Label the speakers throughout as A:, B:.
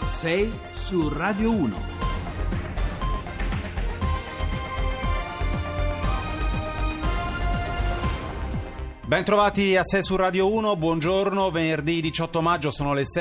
A: 6 su Radio 1.
B: Ben trovati a 6 su Radio 1, buongiorno, venerdì 18 maggio, sono le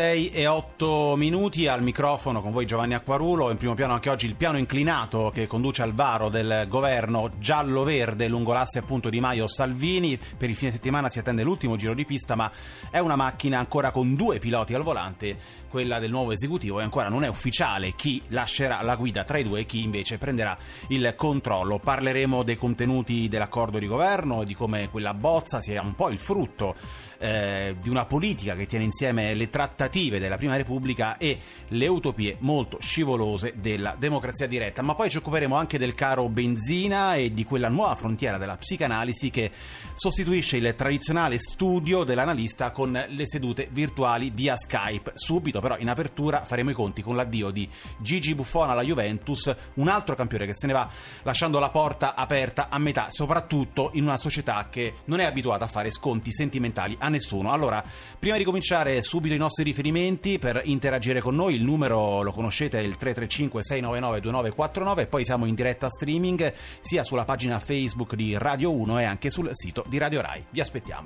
B: 6:08, al microfono con voi Giovanni Acquarulo, in primo piano anche oggi il piano inclinato che conduce al varo del governo giallo-verde lungo l'asse appunto Di Maio-Salvini. Per il fine settimana si attende l'ultimo giro di pista, ma è una macchina ancora con due piloti al volante, quella del nuovo esecutivo, e ancora non è ufficiale chi lascerà la guida tra i due e chi invece prenderà il controllo. Parleremo dei contenuti dell'accordo di governo e di come quella bozza sia un po' il frutto di una politica che tiene insieme le trattative della Prima Repubblica e le utopie molto scivolose della democrazia diretta. Ma poi ci occuperemo anche del caro benzina e di quella nuova frontiera della psicanalisi che sostituisce il tradizionale studio dell'analista con le sedute virtuali via Skype. Subito però in apertura faremo i conti con l'addio di Gigi Buffon alla Juventus, un altro campione che se ne va lasciando la porta aperta a metà, soprattutto in una società che non è abituata a fare sconti sentimentali a nessuno. Allora, prima di cominciare subito i nostri riferimenti per interagire con noi, il numero lo conoscete, è il 335 699 2949, e poi siamo in diretta streaming sia sulla pagina Facebook di Radio 1 e anche sul sito di Radio Rai. Vi aspettiamo.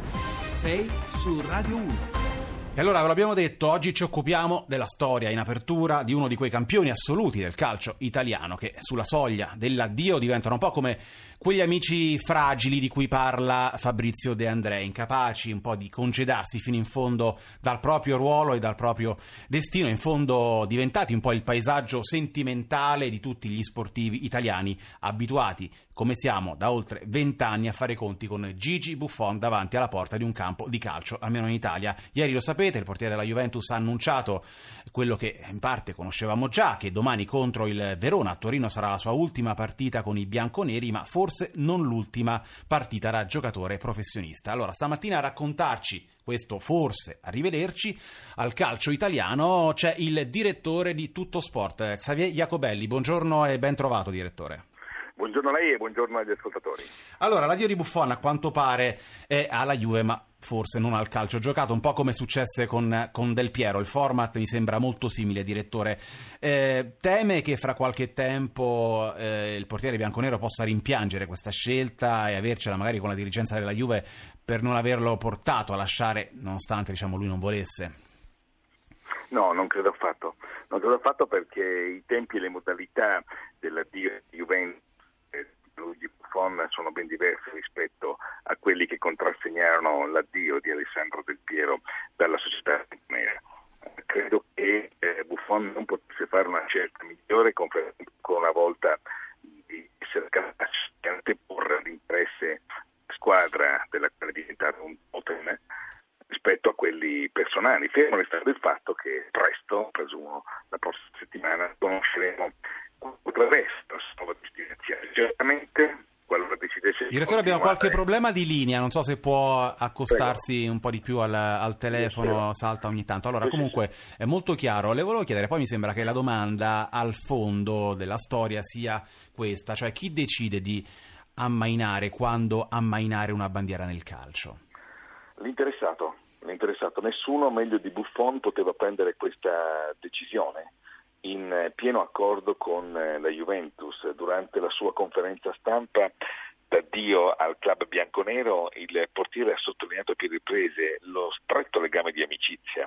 A: 6 su Radio 1.
B: E allora, ve l'abbiamo detto, oggi ci occupiamo della storia in apertura di uno di quei campioni assoluti del calcio italiano che sulla soglia dell'addio diventano un po' come quegli amici fragili di cui parla Fabrizio De André, incapaci un po' di congedarsi fino in fondo dal proprio ruolo e dal proprio destino, in fondo diventati un po' il paesaggio sentimentale di tutti gli sportivi italiani, abituati come siamo da oltre 20 anni a fare i conti con Gigi Buffon davanti alla porta di un campo di calcio, almeno in Italia. Ieri, lo sapete, il portiere della Juventus ha annunciato quello che in parte conoscevamo già, che domani contro il Verona a Torino sarà la sua ultima partita con i bianconeri, ma forse non l'ultima partita da giocatore professionista. Allora, stamattina a raccontarci questo forse arrivederci al calcio italiano c'è il direttore di Tutto Sport, Xavier Jacobelli. Buongiorno e ben trovato, direttore.
C: Buongiorno a lei e buongiorno agli ascoltatori.
B: Allora, l'addio di Buffon a quanto pare è alla Juve, ma forse non al calcio giocato, un po' come successe con Del Piero. Il format mi sembra molto simile, direttore. Teme che fra qualche tempo il portiere bianconero possa rimpiangere questa scelta e avercela magari con la dirigenza della Juve per non averlo portato a lasciare, nonostante lui non volesse?
C: No, non credo affatto. Non credo affatto, perché i tempi e le modalità dell'addio di Juventus di Buffon sono ben diversi rispetto a quelli che contrassegnarono l'addio di Alessandro Del Piero dalla società nera. Credo che Buffon non potesse fare una scelta migliore con una volta di essere capace di anteporre l'interesse squadra della quale è diventato un totem rispetto a quelli personali, fermo restando il fatto che presto, presumo la prossima settimana, conosceremo potrebbe essere la nuova destinazione. Certamente, qualora decidesse...
B: Direttore, abbiamo qualche problema di linea, non so se può accostarsi Prego. Un po' di più al telefono, salta ogni tanto. Allora, comunque è molto chiaro. Le volevo chiedere, poi mi sembra che la domanda al fondo della storia sia questa, cioè chi decide di ammainare, quando ammainare una bandiera nel calcio?
C: L'interessato. Nessuno meglio di Buffon poteva prendere questa decisione, in pieno accordo con la Juventus. Durante la sua conferenza stampa d'addio al club bianconero, il portiere ha sottolineato a più riprese lo stretto legame di amicizia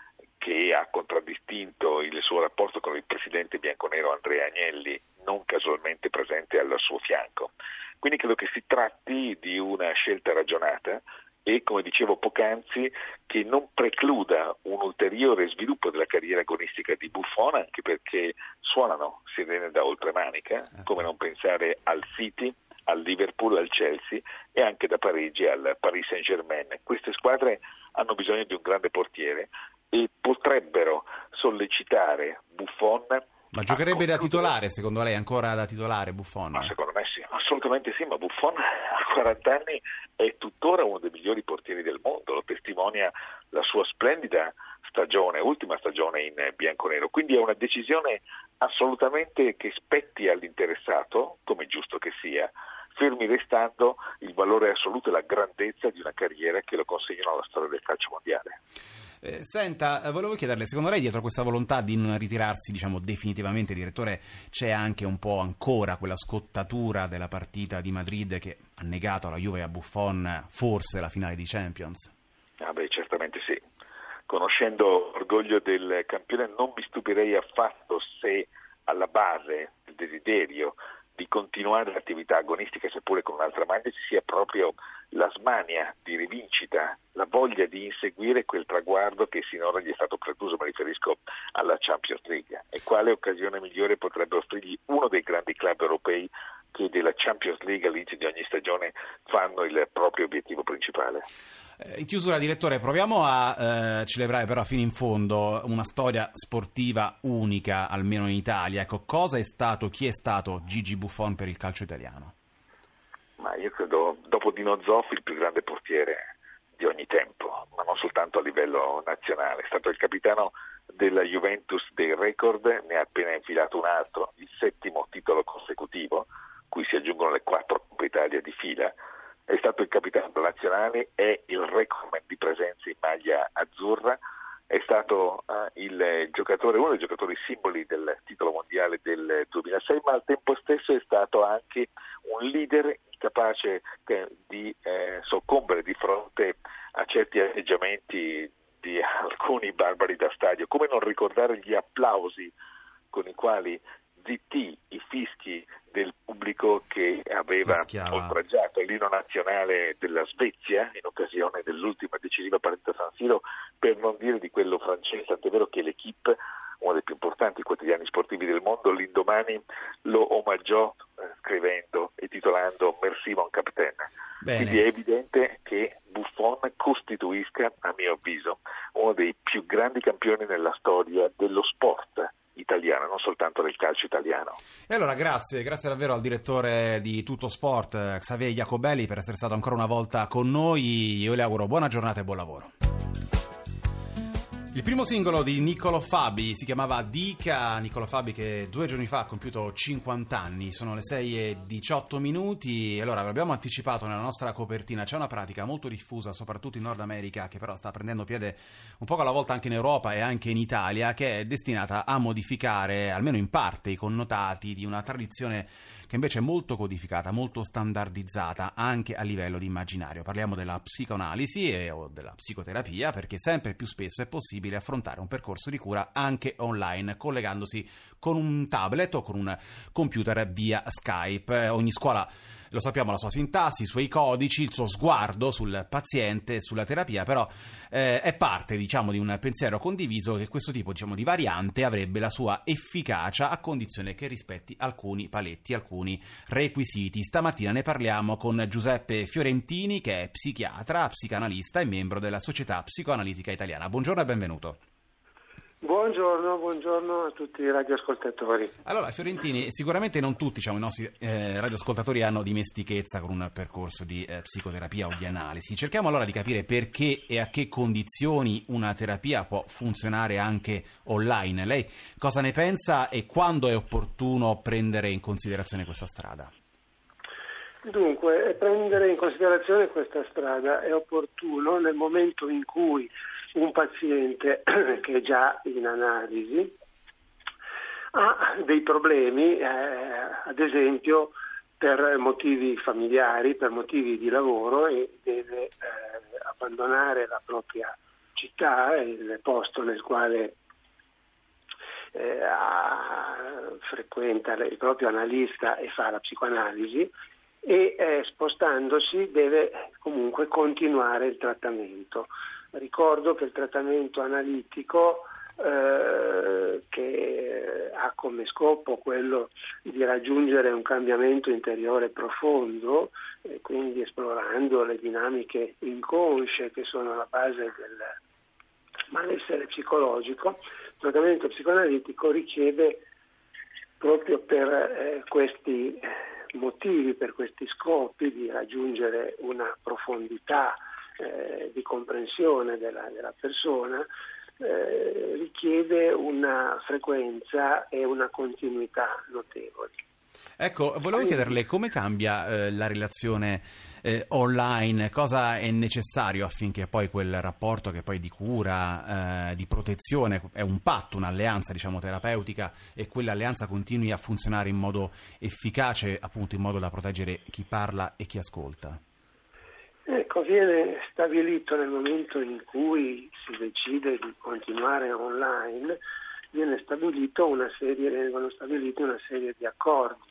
C: che ha contraddistinto il suo rapporto con il presidente bianconero Andrea Agnelli, non casualmente presente al suo fianco. Quindi credo che si tratti di una scelta ragionata e, come dicevo poc'anzi, che non precluda un ulteriore sviluppo della carriera agonistica di Buffon, anche perché suonano sirene da oltremanica, come non pensare al City, al Liverpool, al Chelsea e anche da Parigi al Paris Saint-Germain. Queste squadre hanno bisogno di un grande portiere e potrebbero sollecitare Buffon.
B: Ma giocherebbe da titolare, secondo lei, ancora da titolare Buffon?
C: Ma secondo me sì, assolutamente sì, ma Buffon a 40 anni è tuttora uno dei migliori portieri del mondo, lo testimonia la sua splendida stagione, ultima stagione in bianconero, quindi è una decisione assolutamente che spetti all'interessato, come giusto che sia, fermi restando il valore assoluto e la grandezza di una carriera che lo consegnano alla storia del calcio mondiale.
B: Senta, volevo chiederle, secondo lei dietro questa volontà di non ritirarsi, diciamo, definitivamente, direttore, c'è anche un po' ancora quella scottatura della partita di Madrid che ha negato alla Juve e a Buffon forse la finale di Champions?
C: Certamente sì. Conoscendo l'orgoglio del campione non mi stupirei affatto se alla base del desiderio di continuare l'attività agonistica seppure con un'altra maglia ci sia proprio la smania di rivincita, la voglia di inseguire quel traguardo che sinora gli è stato precluso, mi riferisco alla Champions League. E quale occasione migliore potrebbe offrirgli uno dei grandi club europei che della Champions League all'inizio di ogni stagione fanno il proprio obiettivo principale.
B: In chiusura, direttore, proviamo a celebrare però fino in fondo una storia sportiva unica, almeno in Italia. Ecco, chi è stato Gigi Buffon per il calcio italiano?
C: Ma io credo, dopo Dino Zoffi, il più grande portiere di ogni tempo, ma non soltanto a livello nazionale. È stato il capitano della Juventus dei record, ne ha appena infilato un altro, il 7° titolo consecutivo, cui si aggiungono le 4 Coppe Italia di fila. È stato il capitano della nazionale, è il recordman di presenze in maglia azzurra, è stato uno dei giocatori simboli del titolo mondiale del 2006, ma al tempo stesso è stato anche un leader capace di soccombere di fronte a certi atteggiamenti di alcuni barbari da stadio. Come non ricordare gli applausi con i quali zittì i fischi del pubblico che aveva oltraggiato l'inno nazionale della Svezia in occasione dell'ultima decisiva partita a San Siro, per non dire di quello francese, tant'è vero che l'Équipe, uno dei più importanti quotidiani sportivi del mondo, l'indomani lo omaggiò scrivendo e titolando Merci mon capitaine.
B: Bene.
C: Quindi è evidente che Buffon costituisca, a mio avviso, uno dei più grandi campioni nella storia dello sport italiano, non soltanto del calcio italiano.
B: E allora grazie davvero al direttore di Tutto Sport, Xavier Jacobelli, per essere stato ancora una volta con noi. Io le auguro buona giornata e buon lavoro. Il primo singolo di Niccolò Fabi si chiamava Dica. Niccolò Fabi che 2 giorni fa ha compiuto 50 anni, sono le 6:18. Allora, l'abbiamo anticipato nella nostra copertina, c'è una pratica molto diffusa soprattutto in Nord America, che però sta prendendo piede un po' alla volta anche in Europa e anche in Italia, che è destinata a modificare almeno in parte i connotati di una tradizione che invece è molto codificata, molto standardizzata anche a livello di immaginario. Parliamo della psicoanalisi o della psicoterapia, perché sempre più spesso è possibile affrontare un percorso di cura anche online, collegandosi con un tablet o con un computer via Skype. Ogni scuola, lo sappiamo, la sua sintassi, i suoi codici, il suo sguardo sul paziente e sulla terapia, però è parte, diciamo, di un pensiero condiviso che questo tipo, diciamo, di variante avrebbe la sua efficacia a condizione che rispetti alcuni paletti, alcuni requisiti. Stamattina ne parliamo con Giuseppe Fiorentini, che è psichiatra, psicanalista e membro della Società Psicoanalitica Italiana. Buongiorno e benvenuto.
D: Buongiorno a tutti i radioascoltatori.
B: Allora, Fiorentini, sicuramente non tutti, diciamo, i nostri radioascoltatori hanno dimestichezza con un percorso di psicoterapia o di analisi. Cerchiamo allora di capire perché e a che condizioni una terapia può funzionare anche online. Lei cosa ne pensa e quando è opportuno prendere in considerazione questa strada?
D: Dunque, prendere in considerazione questa strada è opportuno nel momento in cui un paziente che è già in analisi ha dei problemi, ad esempio per motivi familiari, per motivi di lavoro, e deve abbandonare la propria città, il posto nel quale frequenta il proprio analista e fa la psicoanalisi, e spostandosi deve comunque continuare il trattamento. Ricordo che il trattamento analitico che ha come scopo quello di raggiungere un cambiamento interiore profondo, e quindi esplorando le dinamiche inconsce che sono alla base del malessere psicologico, il trattamento psicoanalitico richiede proprio per questi motivi, per questi scopi di raggiungere una profondità di comprensione della persona, richiede una frequenza e una continuità notevoli.
B: Ecco, volevo chiederle come cambia la relazione online, cosa è necessario affinché poi quel rapporto che poi di cura, di protezione, è un patto, un'alleanza diciamo terapeutica, e quell'alleanza continui a funzionare in modo efficace, appunto in modo da proteggere chi parla e chi ascolta.
D: Ecco, viene stabilito nel momento in cui si decide di continuare online, vengono stabilite una serie di accordi.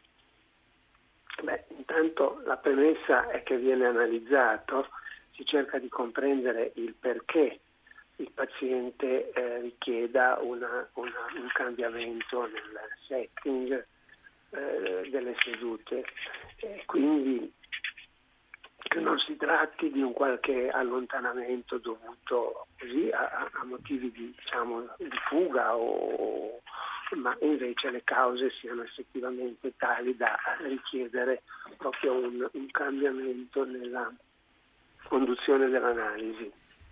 D: Intanto la premessa è che viene analizzato, si cerca di comprendere il perché il paziente richieda un cambiamento nel setting delle sedute, quindi che non si tratti di un qualche allontanamento dovuto così a motivi di fuga, ma invece le cause siano effettivamente tali da richiedere proprio un cambiamento nella conduzione dell'analisi.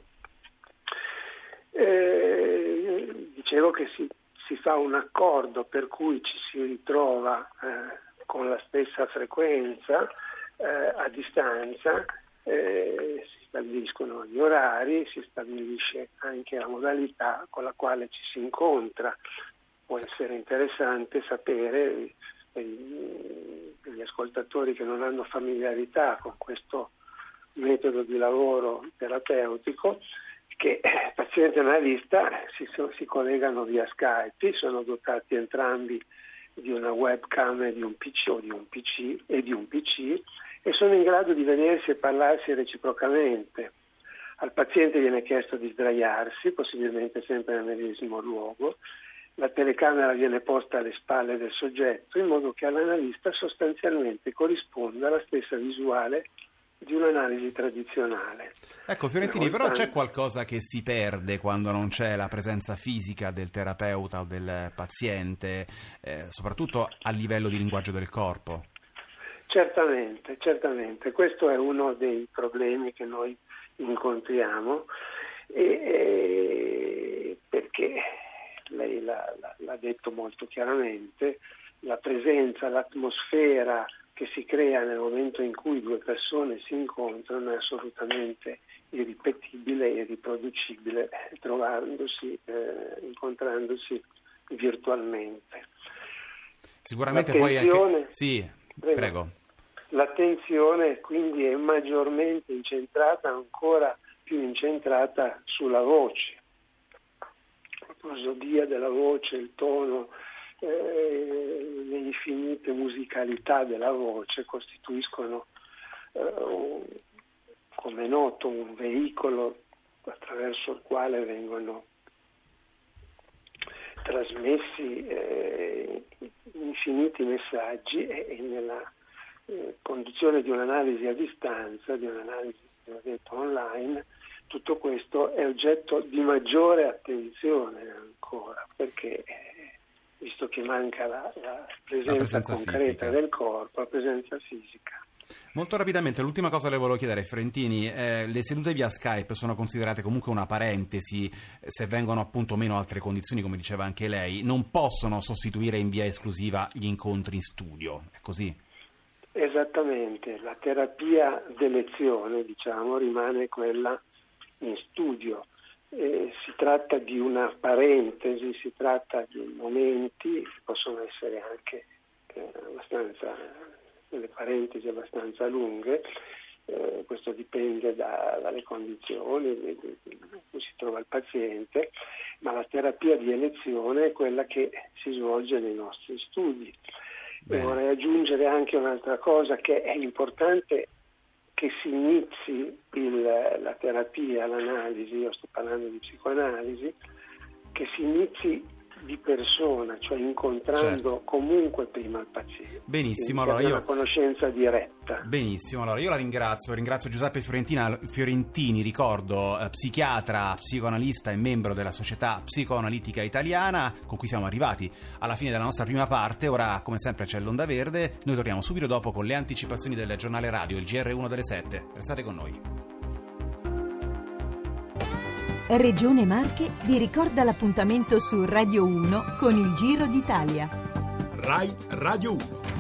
D: Dicevo che si fa un accordo per cui ci si ritrova con la stessa frequenza a distanza, si stabiliscono gli orari, si stabilisce anche la modalità con la quale ci si incontra. Può essere interessante sapere per gli ascoltatori che non hanno familiarità con questo metodo di lavoro terapeutico che paziente e analista si collegano via Skype, sono dotati entrambi di una webcam e di un PC o di un PC e sono in grado di vedersi e parlarsi reciprocamente. Al paziente viene chiesto di sdraiarsi, possibilmente sempre nel medesimo luogo. La telecamera viene posta alle spalle del soggetto in modo che all'analista sostanzialmente corrisponda la stessa visuale di un'analisi tradizionale.
B: Ecco Fiorentini, però c'è qualcosa che si perde quando non c'è la presenza fisica del terapeuta o del paziente, soprattutto a livello di linguaggio del corpo?
D: Certamente, questo è uno dei problemi che noi incontriamo perché lei l'ha detto molto chiaramente, la presenza, l'atmosfera che si crea nel momento in cui due persone si incontrano è assolutamente irripetibile e irriproducibile incontrandosi virtualmente.
B: Sicuramente poi anche... Sì, prego.
D: L'attenzione quindi è maggiormente incentrata, ancora più incentrata sulla voce. La prosodia della voce, il tono, le infinite musicalità della voce costituiscono, come è noto, un veicolo attraverso il quale vengono trasmessi infiniti messaggi e nella conduzione di un'analisi a distanza, di un'analisi online, tutto questo è oggetto di maggiore attenzione ancora, perché visto che manca la presenza concreta
B: fisica
D: del corpo, la presenza fisica.
B: Molto rapidamente, l'ultima cosa le volevo chiedere, Fiorentini, le sedute via Skype sono considerate comunque una parentesi, se vengono appunto meno altre condizioni, come diceva anche lei, non possono sostituire in via esclusiva gli incontri in studio, è così?
D: Esattamente, la terapia d'elezione, rimane quella in studio. Si tratta di una parentesi, si tratta di momenti che possono essere anche delle parentesi abbastanza lunghe, questo dipende dalle condizioni in cui si trova il paziente, ma la terapia di elezione è quella che si svolge nei nostri studi. E vorrei aggiungere anche un'altra cosa, che è importante che si inizi la terapia, l'analisi, io sto parlando di psicoanalisi, che si inizi di persona, cioè incontrando comunque prima il paziente.
B: Benissimo, allora
D: una conoscenza diretta.
B: Benissimo, allora io la ringrazio Giuseppe Fiorentini, ricordo psichiatra, psicoanalista e membro della Società Psicoanalitica Italiana, con cui siamo arrivati alla fine della nostra prima parte. Ora, come sempre, c'è l'Onda Verde, noi torniamo subito dopo con le anticipazioni del giornale radio, il GR1 delle 7. Restate con noi.
E: Regione Marche vi ricorda l'appuntamento su Radio 1 con il Giro d'Italia.
A: Rai Radio 1.